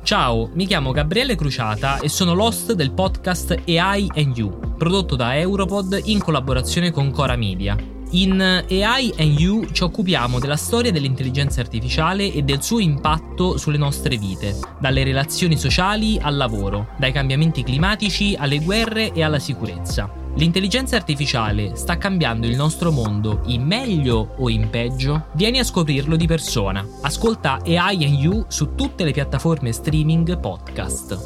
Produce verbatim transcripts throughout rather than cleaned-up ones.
Ciao, mi chiamo Gabriele Cruciata e sono l'host del podcast A I and You, prodotto da Europod in collaborazione con Cora Media. In A I and You ci occupiamo della storia dell'intelligenza artificiale e del suo impatto sulle nostre vite, dalle relazioni sociali al lavoro, dai cambiamenti climatici alle guerre e alla sicurezza. L'intelligenza artificiale sta cambiando il nostro mondo in meglio o in peggio? Vieni a scoprirlo di persona. Ascolta A I and You su tutte le piattaforme streaming podcast.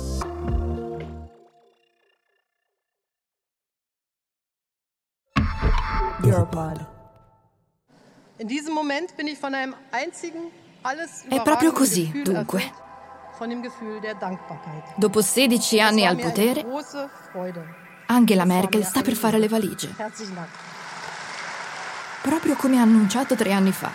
Europod. In diesem Moment bin ich von einem einzigen, alles È proprio così, dunque. von dem Gefühl der Dankbarkeit. Dopo sedici anni al potere, Große Freude. Angela Merkel sta per fare le valigie, Herzlichen Dank. proprio come ha annunciato tre anni fa.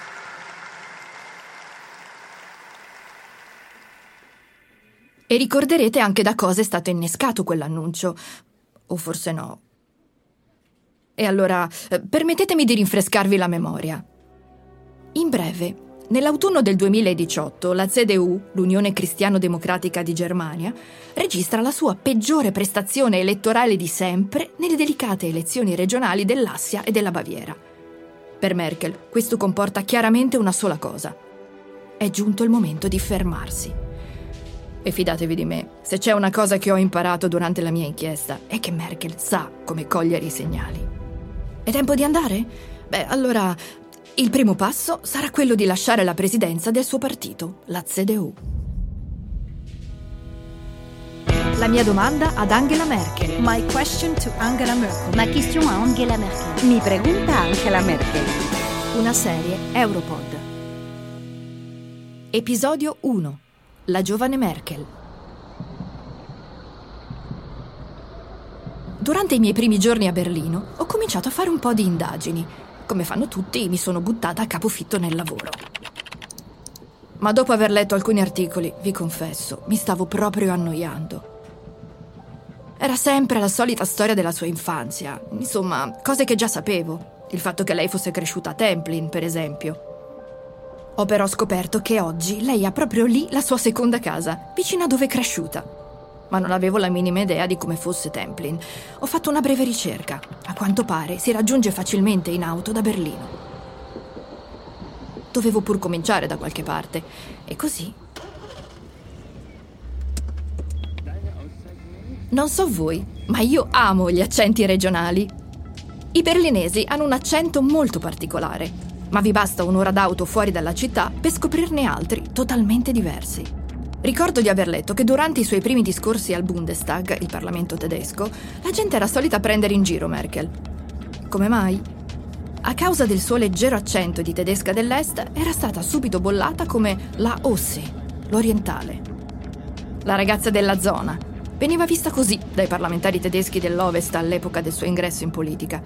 E ricorderete anche da cosa è stato innescato quell'annuncio, o forse no. E allora, eh, permettetemi di rinfrescarvi la memoria. In breve, nell'autunno del duemiladiciotto la C D U, l'Unione Cristiano-Democratica di Germania, registra la sua peggiore prestazione elettorale di sempre nelle delicate elezioni regionali dell'Assia e della Baviera. Per Merkel questo comporta chiaramente una sola cosa. È giunto il momento di fermarsi. E fidatevi di me, se c'è una cosa che ho imparato durante la mia inchiesta è che Merkel sa come cogliere i segnali. È tempo di andare? Beh, allora, il primo passo sarà quello di lasciare la presidenza del suo partito, la C D U. La mia domanda ad Angela Merkel. My question to Angela Merkel. Ma question a Angela Merkel. Mi pregunta Angela Merkel. Una serie Europod. Episodio uno. La giovane Merkel. Durante i miei primi giorni a Berlino ho cominciato a fare un po' di indagini. Come fanno tutti, mi sono buttata a capofitto nel lavoro. Ma dopo aver letto alcuni articoli, vi confesso, mi stavo proprio annoiando. Era sempre la solita storia della sua infanzia, insomma, cose che già sapevo. Il fatto che lei fosse cresciuta a Templin, per esempio. Ho però scoperto che oggi lei ha proprio lì la sua seconda casa, vicino a dove è cresciuta. Ma non avevo la minima idea di come fosse Templin. Ho fatto una breve ricerca. A quanto pare si raggiunge facilmente in auto da Berlino. Dovevo pur cominciare da qualche parte. E così. Non so voi, ma io amo gli accenti regionali. I berlinesi hanno un accento molto particolare, ma vi basta un'ora d'auto fuori dalla città per scoprirne altri totalmente diversi. Ricordo di aver letto che durante i suoi primi discorsi al Bundestag, il Parlamento tedesco, la gente era solita prendere in giro Merkel. Come mai? A causa del suo leggero accento di tedesca dell'Est, era stata subito bollata come la Ossi, l'orientale. La ragazza della zona. Veniva vista così dai parlamentari tedeschi dell'Ovest all'epoca del suo ingresso in politica.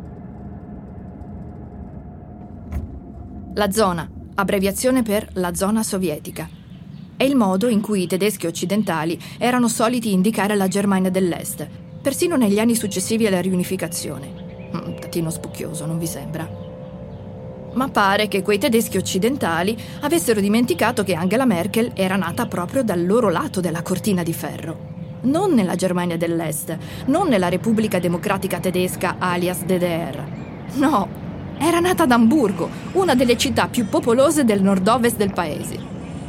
La zona, abbreviazione per la zona sovietica. È il modo in cui i tedeschi occidentali erano soliti indicare la Germania dell'Est, persino negli anni successivi alla riunificazione. Un tantino spocchioso, non vi sembra? Ma pare che quei tedeschi occidentali avessero dimenticato che Angela Merkel era nata proprio dal loro lato della cortina di ferro. Non nella Germania dell'Est, non nella Repubblica Democratica Tedesca alias D D R. No, era nata ad Amburgo, una delle città più popolose del nord-ovest del paese.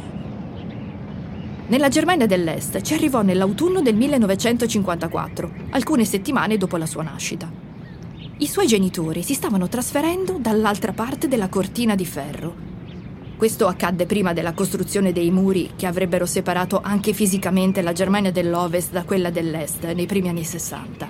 Nella Germania dell'Est ci arrivò nell'autunno del millenovecentocinquantaquattro, alcune settimane dopo la sua nascita. I suoi genitori si stavano trasferendo dall'altra parte della cortina di ferro. Questo accadde prima della costruzione dei muri che avrebbero separato anche fisicamente la Germania dell'Ovest da quella dell'Est nei primi anni sessanta.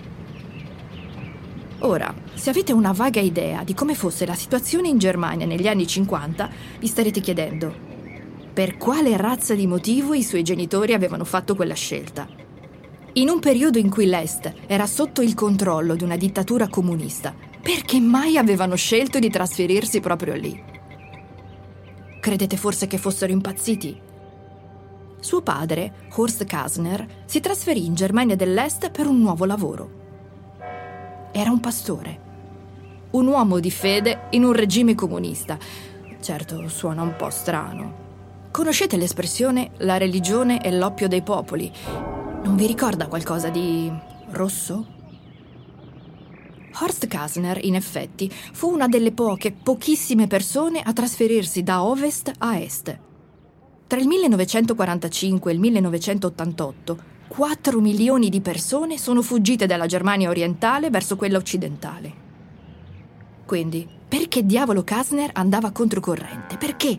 Ora, se avete una vaga idea di come fosse la situazione in Germania negli anni cinquanta, vi starete chiedendo: per quale razza di motivo i suoi genitori avevano fatto quella scelta? In un periodo in cui l'Est era sotto il controllo di una dittatura comunista, perché mai avevano scelto di trasferirsi proprio lì? Credete forse che fossero impazziti? Suo padre, Horst Kasner, si trasferì in Germania dell'Est per un nuovo lavoro. Era un pastore, un uomo di fede in un regime comunista. Certo, suona un po' strano. Conoscete l'espressione «la religione è l'oppio dei popoli»? Non vi ricorda qualcosa di rosso? Horst Kastner, in effetti, fu una delle poche, pochissime persone a trasferirsi da ovest a est. Tra il millenovecentoquarantacinque e il millenovecentottantotto, quattro milioni di persone sono fuggite dalla Germania orientale verso quella occidentale. Quindi, perché diavolo Kastner andava controcorrente? Perché?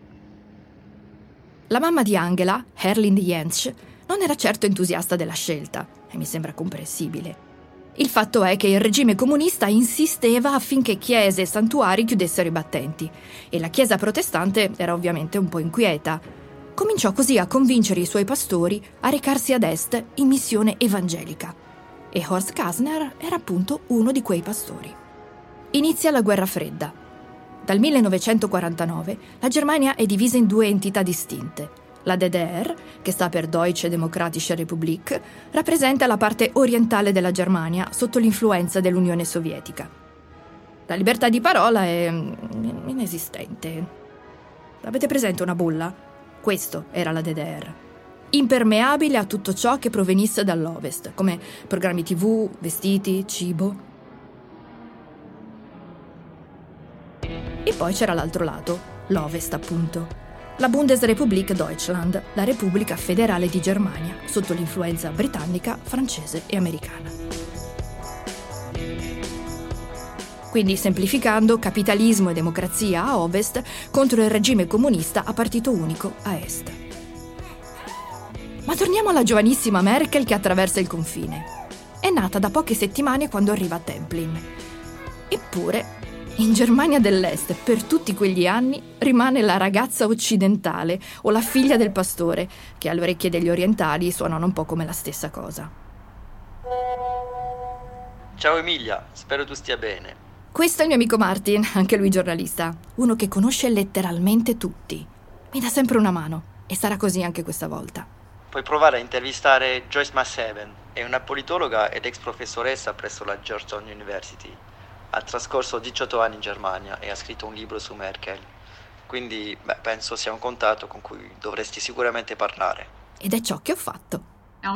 La mamma di Angela, Herlinde Jentsch, non era certo entusiasta della scelta, e mi sembra comprensibile. Il fatto è che il regime comunista insisteva affinché chiese e santuari chiudessero i battenti, e la chiesa protestante era ovviamente un po' inquieta. Cominciò così a convincere i suoi pastori a recarsi ad est in missione evangelica, e Horst Kastner era appunto uno di quei pastori. Inizia la guerra fredda. Dal millenovecentoquarantanove la Germania è divisa in due entità distinte. La D D R, che sta per Deutsche Demokratische Republik, rappresenta la parte orientale della Germania sotto l'influenza dell'Unione Sovietica. La libertà di parola è inesistente. Avete presente una bolla? Questo era la D D R. Impermeabile a tutto ciò che provenisse dall'Ovest, come programmi tivù, vestiti, cibo. E poi c'era l'altro lato, l'Ovest appunto. La Bundesrepublik Deutschland, la Repubblica Federale di Germania, sotto l'influenza britannica, francese e americana. Quindi, semplificando, capitalismo e democrazia a ovest contro il regime comunista a partito unico a est. Ma torniamo alla giovanissima Merkel che attraversa il confine. È nata da poche settimane quando arriva a Templin. Eppure, in Germania dell'Est, per tutti quegli anni, rimane la ragazza occidentale o la figlia del pastore, che alle orecchie degli orientali suonano un po' come la stessa cosa. Ciao Emilia, spero tu stia bene. Questo è il mio amico Martin, anche lui giornalista, uno che conosce letteralmente tutti. Mi dà sempre una mano, e sarà così anche questa volta. Puoi provare a intervistare Joyce Masseven, è una politologa ed ex professoressa presso la Georgetown University. Ha trascorso diciotto anni in Germania e ha scritto un libro su Merkel. Quindi, beh, penso sia un contatto con cui dovresti sicuramente parlare. Ed è ciò che ho fatto.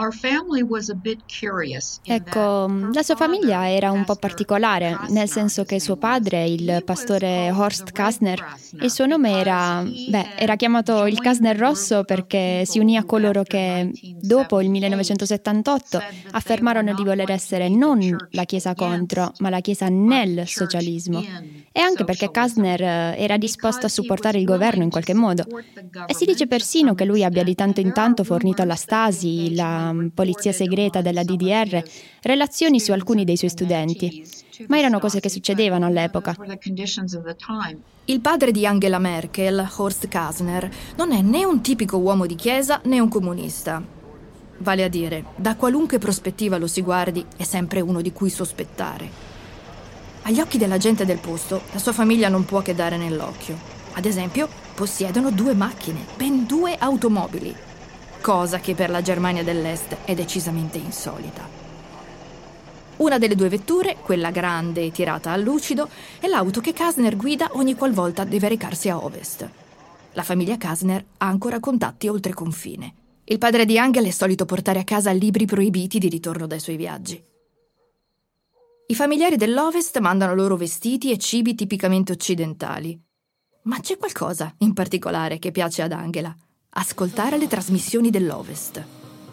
Ecco, la sua famiglia era un po' particolare, nel senso che suo padre, il pastore Horst Kastner, il suo nome era, beh, era chiamato il Kastner Rosso perché si unì a coloro che, dopo il millenovecentosettantotto, affermarono di voler essere non la Chiesa contro, ma la Chiesa nel socialismo. E anche perché Kastner era disposto a supportare il governo in qualche modo. E si dice persino che lui abbia di tanto in tanto fornito alla Stasi, la polizia segreta della D D R, relazioni su alcuni dei suoi studenti. Ma erano cose che succedevano all'epoca. Il padre di Angela Merkel, Horst Kastner, non è né un tipico uomo di chiesa né un comunista. Vale a dire, da qualunque prospettiva lo si guardi, è sempre uno di cui sospettare. Agli occhi della gente del posto, la sua famiglia non può che dare nell'occhio. Ad esempio, possiedono due macchine, ben due automobili. Cosa che per la Germania dell'Est è decisamente insolita. Una delle due vetture, quella grande e tirata a lucido, è l'auto che Kastner guida ogni qualvolta deve recarsi a ovest. La famiglia Kastner ha ancora contatti oltre confine. Il padre di Angela è solito portare a casa libri proibiti di ritorno dai suoi viaggi. I familiari dell'Ovest mandano loro vestiti e cibi tipicamente occidentali. Ma c'è qualcosa in particolare che piace ad Angela: ascoltare le trasmissioni dell'Ovest.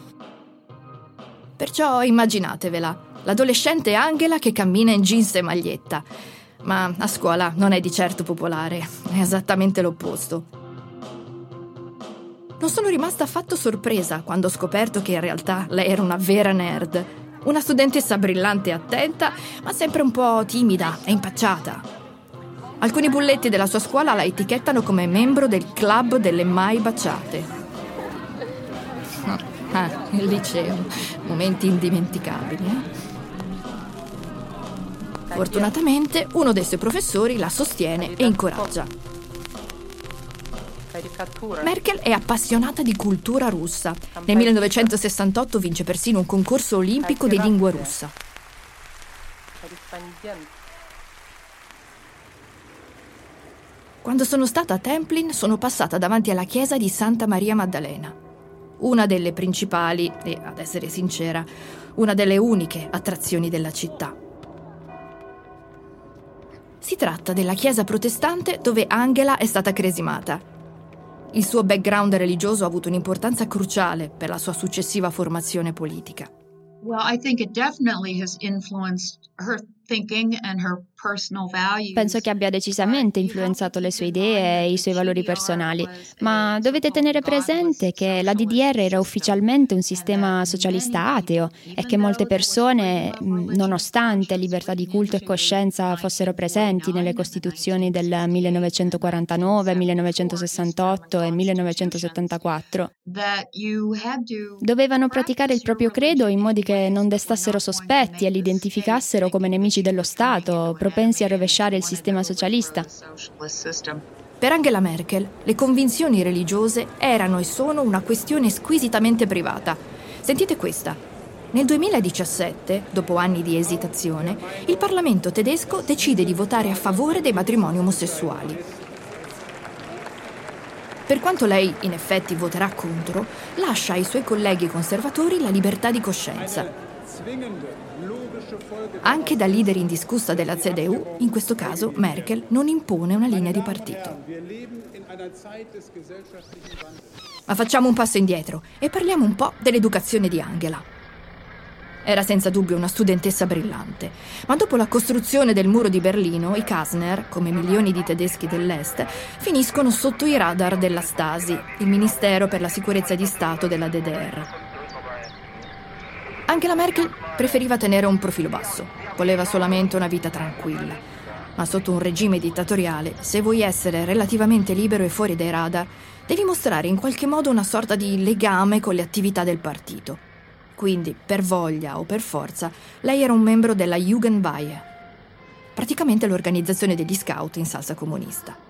Perciò immaginatevela, l'adolescente Angela che cammina in jeans e maglietta. Ma a scuola non è di certo popolare, è esattamente l'opposto. Non sono rimasta affatto sorpresa quando ho scoperto che in realtà lei era una vera nerd, una studentessa brillante e attenta, ma sempre un po' timida e impacciata. Alcuni bulletti della sua scuola la etichettano come membro del club delle mai baciate. Ah, il liceo. Momenti indimenticabili, eh? Fortunatamente, uno dei suoi professori la sostiene e incoraggia. Merkel è appassionata di cultura russa. Nel millenovecentosessantotto vince persino un concorso olimpico di lingua russa. Quando sono stata a Templin sono passata davanti alla chiesa di Santa Maria Maddalena, una delle principali e, ad essere sincera, una delle uniche attrazioni della città. Si tratta della chiesa protestante dove Angela è stata cresimata. Il suo background religioso ha avuto un'importanza cruciale per la sua successiva formazione politica. Well, I think it definitely has influenced her thinking and her personal values. Penso che abbia decisamente influenzato le sue idee e i suoi valori personali, ma dovete tenere presente che la D D R era ufficialmente un sistema socialista ateo e che molte persone, nonostante libertà di culto e coscienza fossero presenti nelle costituzioni del millenovecentoquarantanove, millenovecentosessantotto e millenovecentosettantaquattro, dovevano praticare il proprio credo in modi che non destassero sospetti e li identificassero come nemici dello Stato, propensi a rovesciare il sistema socialista. Per Angela Merkel, le convinzioni religiose erano e sono una questione squisitamente privata. Sentite questa. Nel duemiladiciassette, dopo anni di esitazione, il Parlamento tedesco decide di votare a favore dei matrimoni omosessuali. Per quanto lei, in effetti, voterà contro, lascia ai suoi colleghi conservatori la libertà di coscienza. Anche da leader indiscussa della C D U, in questo caso Merkel non impone una linea di partito. Ma facciamo un passo indietro e parliamo un po' dell'educazione di Angela. Era senza dubbio una studentessa brillante, ma dopo la costruzione del muro di Berlino, i Kastner, come milioni di tedeschi dell'Est, finiscono sotto i radar della Stasi, il Ministero per la Sicurezza di Stato della D D R. Angela Merkel preferiva tenere un profilo basso, voleva solamente una vita tranquilla. Ma sotto un regime dittatoriale, se vuoi essere relativamente libero e fuori dai radar, devi mostrare in qualche modo una sorta di legame con le attività del partito. Quindi, per voglia o per forza, lei era un membro della Jugendweihe, praticamente l'organizzazione degli scout in salsa comunista.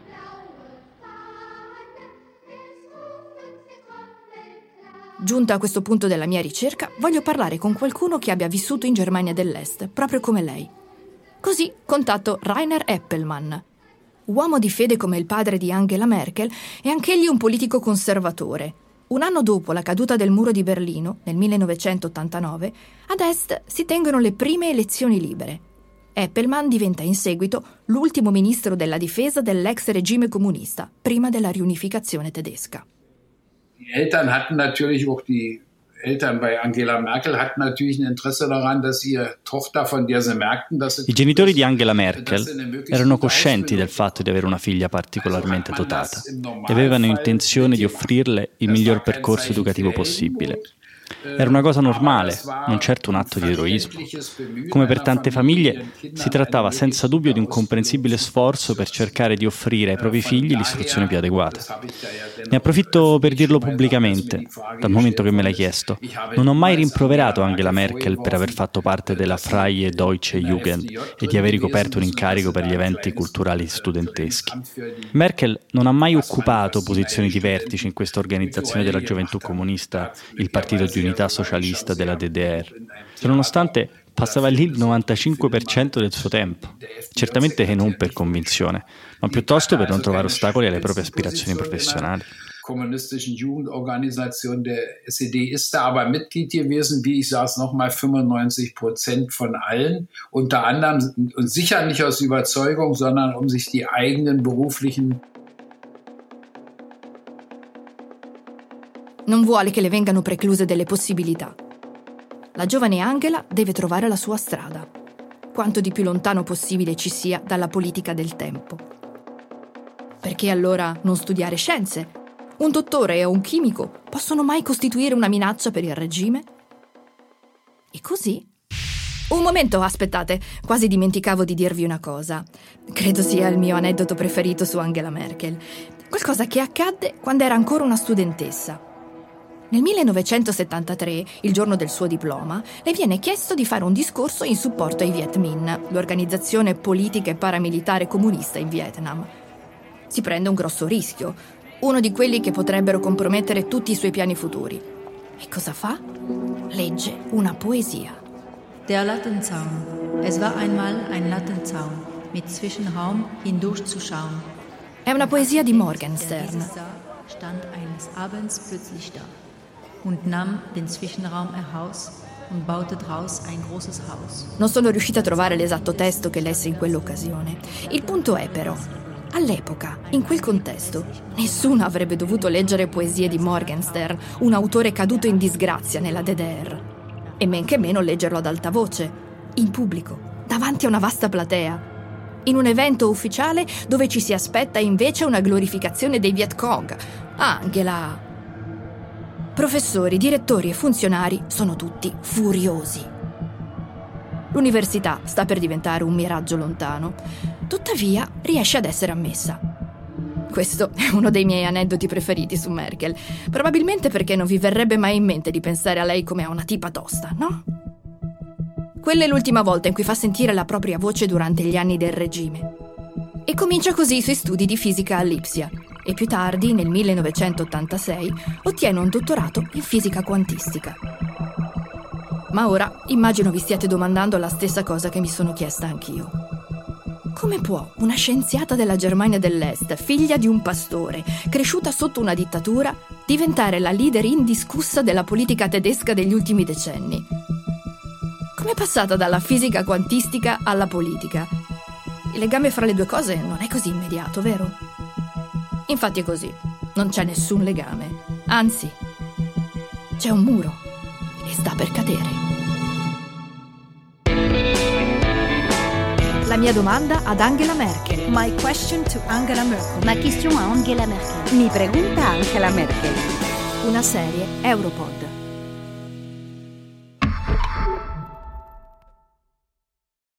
Giunta a questo punto della mia ricerca, voglio parlare con qualcuno che abbia vissuto in Germania dell'Est, proprio come lei. Così contatto Rainer Eppelmann. Uomo di fede come il padre di Angela Merkel e anch'egli un politico conservatore. Un anno dopo la caduta del muro di Berlino, nel millenovecentottantanove, ad Est si tengono le prime elezioni libere. Eppelmann diventa in seguito l'ultimo ministro della difesa dell'ex regime comunista, prima della riunificazione tedesca. Die Eltern hatten natürlich auch die Eltern bei Angela Merkel hatten natürlich ein Interesse daran, dass ihre Tochter, von der sie merkten, dass sie I genitori di Angela Merkel erano coscienti del fatto di avere una figlia particolarmente dotata e avevano intenzione di offrirle il miglior percorso educativo possibile. Era una cosa normale, non certo un atto di eroismo. Come per tante famiglie, si trattava senza dubbio di un comprensibile sforzo per cercare di offrire ai propri figli l'istruzione più adeguata. Ne approfitto per dirlo pubblicamente, dal momento che me l'hai chiesto. Non ho mai rimproverato Angela Merkel per aver fatto parte della Freie Deutsche Jugend e di aver ricoperto un incarico per gli eventi culturali studenteschi. Merkel non ha mai occupato posizioni di vertice in questa organizzazione della gioventù comunista, il Partito di Unità Socialista della D D R, nonostante passava lì il novantacinque per cento del suo tempo, certamente che non per convinzione, ma piuttosto per non trovare ostacoli alle proprie aspirazioni professionali. kommunistischen Jugendorganisation der S E D ist da aber Mitglied gewesen, wie ich sage es nochmal, fünfundneunzig Prozent von allen, unter anderem und sicher nicht aus Überzeugung, sondern um sich die eigenen beruflichen. Non vuole che le vengano precluse delle possibilità. La giovane Angela deve trovare la sua strada, quanto di più lontano possibile ci sia dalla politica del tempo. Perché allora non studiare scienze? Un dottore o un chimico possono mai costituire una minaccia per il regime? E così? Un momento, aspettate, quasi dimenticavo di dirvi una cosa. Credo sia il mio aneddoto preferito su Angela Merkel. Qualcosa che accadde quando era ancora una studentessa. Nel millenovecentosettantatré, il giorno del suo diploma, le viene chiesto di fare un discorso in supporto ai Viet Minh, l'organizzazione politica e paramilitare comunista in Vietnam. Si prende un grosso rischio, uno di quelli che potrebbero compromettere tutti i suoi piani futuri. E cosa fa? Legge una poesia. Der Lattenzaun. Es war einmal ein Lattenzaun, mit Zwischenraum hindurchzuschauen. È una poesia di Morgenstern. Stand eines Abends plötzlich da und nahm den Zwischenraum heraus und baute draus ein großes Haus. Non sono riuscita a trovare l'esatto testo che lessi in quell'occasione. Il punto è però, all'epoca, in quel contesto, nessuno avrebbe dovuto leggere poesie di Morgenstern, un autore caduto in disgrazia nella D D R. E men che meno leggerlo ad alta voce, in pubblico, davanti a una vasta platea, in un evento ufficiale dove ci si aspetta invece una glorificazione dei Viet Cong. Angela! Professori, direttori e funzionari sono tutti furiosi. L'università sta per diventare un miraggio lontano, tuttavia riesce ad essere ammessa. Questo è uno dei miei aneddoti preferiti su Merkel, probabilmente perché non vi verrebbe mai in mente di pensare a lei come a una tipa tosta, no? Quella è l'ultima volta in cui fa sentire la propria voce durante gli anni del regime. E comincia così i suoi studi di fisica a Lipsia e più tardi, nel millenovecentottantasei, ottiene un dottorato in fisica quantistica. Ma ora immagino vi stiate domandando la stessa cosa che mi sono chiesta anch'io. Come può una scienziata della Germania dell'Est, figlia di un pastore, cresciuta sotto una dittatura, diventare la leader indiscussa della politica tedesca degli ultimi decenni? Come è passata dalla fisica quantistica alla politica? Il legame fra le due cose non è così immediato, vero? Infatti è così, non c'è nessun legame. Anzi, c'è un muro e sta per cadere. La mia domanda ad Angela Merkel. My question to Angela Merkel. Ma question a Angela Merkel. Mi pregunta Angela Merkel. Una serie Europod.